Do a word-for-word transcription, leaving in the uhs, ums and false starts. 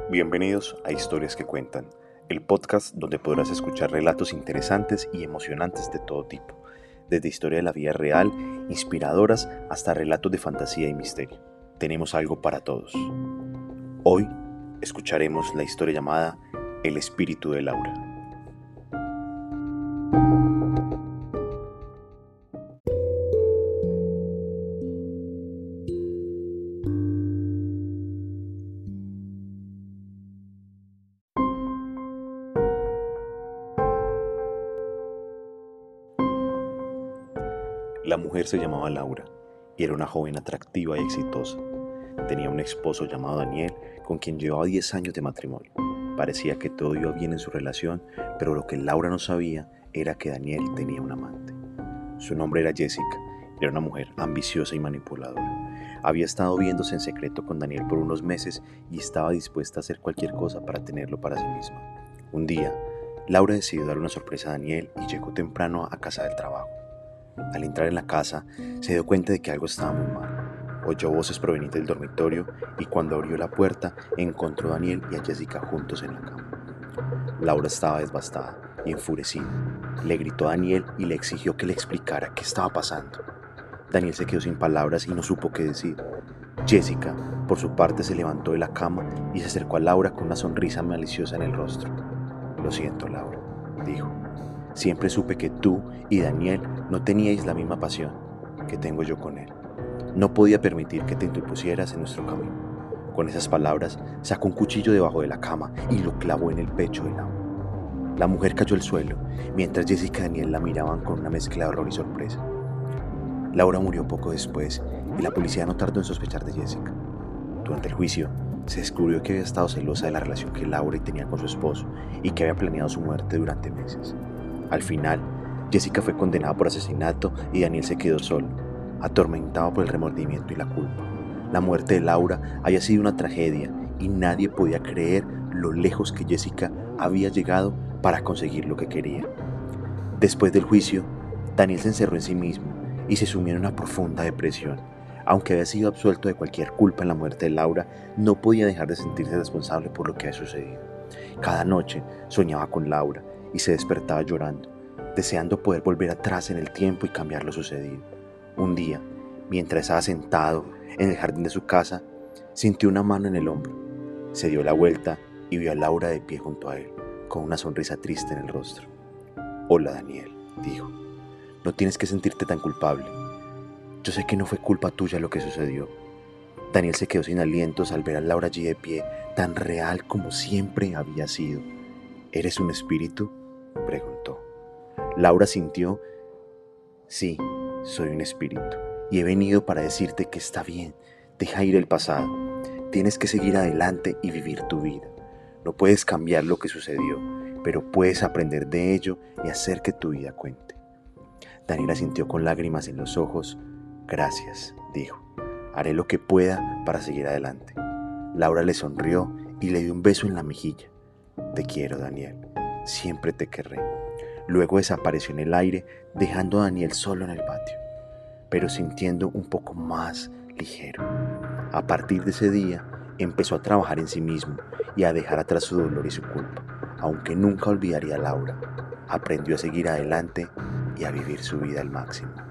Bienvenidos a Historias que Cuentan, el podcast donde podrás escuchar relatos interesantes y emocionantes de todo tipo, desde historia de la vida real, inspiradoras, hasta relatos de fantasía y misterio. Tenemos algo para todos. Hoy escucharemos la historia llamada El espíritu de Laura. La mujer se llamaba Laura y era una joven atractiva y exitosa. Tenía un esposo llamado Daniel, con quien llevaba diez años de matrimonio. Parecía que todo iba bien en su relación, pero lo que Laura no sabía era que Daniel tenía un amante. Su nombre era Jessica, era una mujer ambiciosa y manipuladora. Había estado viéndose en secreto con Daniel por unos meses y estaba dispuesta a hacer cualquier cosa para tenerlo para sí misma. Un día, Laura decidió dar una sorpresa a Daniel y llegó temprano a casa del trabajo. Al entrar en la casa, se dio cuenta de que algo estaba muy mal. Oyó voces provenientes del dormitorio y cuando abrió la puerta, encontró a Daniel y a Jessica juntos en la cama. Laura estaba devastada y enfurecida. Le gritó a Daniel y le exigió que le explicara qué estaba pasando. Daniel se quedó sin palabras y no supo qué decir. Jessica, por su parte, se levantó de la cama y se acercó a Laura con una sonrisa maliciosa en el rostro. «Lo siento, Laura», dijo. «Siempre supe que tú y Daniel no teníais la misma pasión que tengo yo con él. No podía permitir que te interpusieras en nuestro camino». Con esas palabras, sacó un cuchillo debajo de la cama y lo clavó en el pecho de Laura. La mujer cayó al suelo, mientras Jessica y Daniel la miraban con una mezcla de horror y sorpresa. Laura murió poco después y la policía no tardó en sospechar de Jessica. Durante el juicio, se descubrió que había estado celosa de la relación que Laura tenía con su esposo y que había planeado su muerte durante meses. Al final, Jessica fue condenada por asesinato y Daniel se quedó solo, atormentado por el remordimiento y la culpa. La muerte de Laura había sido una tragedia y nadie podía creer lo lejos que Jessica había llegado para conseguir lo que quería. Después del juicio, Daniel se encerró en sí mismo y se sumió en una profunda depresión. Aunque había sido absuelto de cualquier culpa en la muerte de Laura, no podía dejar de sentirse responsable por lo que había sucedido. Cada noche soñaba con Laura y se despertaba llorando, deseando poder volver atrás en el tiempo y cambiar lo sucedido. Un día, mientras estaba sentado en el jardín de su casa, sintió una mano en el hombro. Se dio la vuelta y vio a Laura de pie junto a él, con una sonrisa triste en el rostro. «Hola, Daniel», dijo. «No tienes que sentirte tan culpable. Yo sé que no fue culpa tuya lo que sucedió». Daniel se quedó sin alientos al ver a Laura allí de pie, tan real como siempre había sido. «¿Eres un espíritu?», preguntó. Laura sintió. «Sí, soy un espíritu, y he venido para decirte que está bien, deja ir el pasado. Tienes que seguir adelante y vivir tu vida. No puedes cambiar lo que sucedió, pero puedes aprender de ello y hacer que tu vida cuente». Daniela sintió con lágrimas en los ojos. «Gracias», dijo. «Haré lo que pueda para seguir adelante». Laura le sonrió y le dio un beso en la mejilla. «Te quiero, Daniel. Siempre te querré». Luego desapareció en el aire, dejando a Daniel solo en el patio, pero sintiendo un poco más ligero. A partir de ese día, empezó a trabajar en sí mismo y a dejar atrás su dolor y su culpa. Aunque nunca olvidaría a Laura, aprendió a seguir adelante y a vivir su vida al máximo.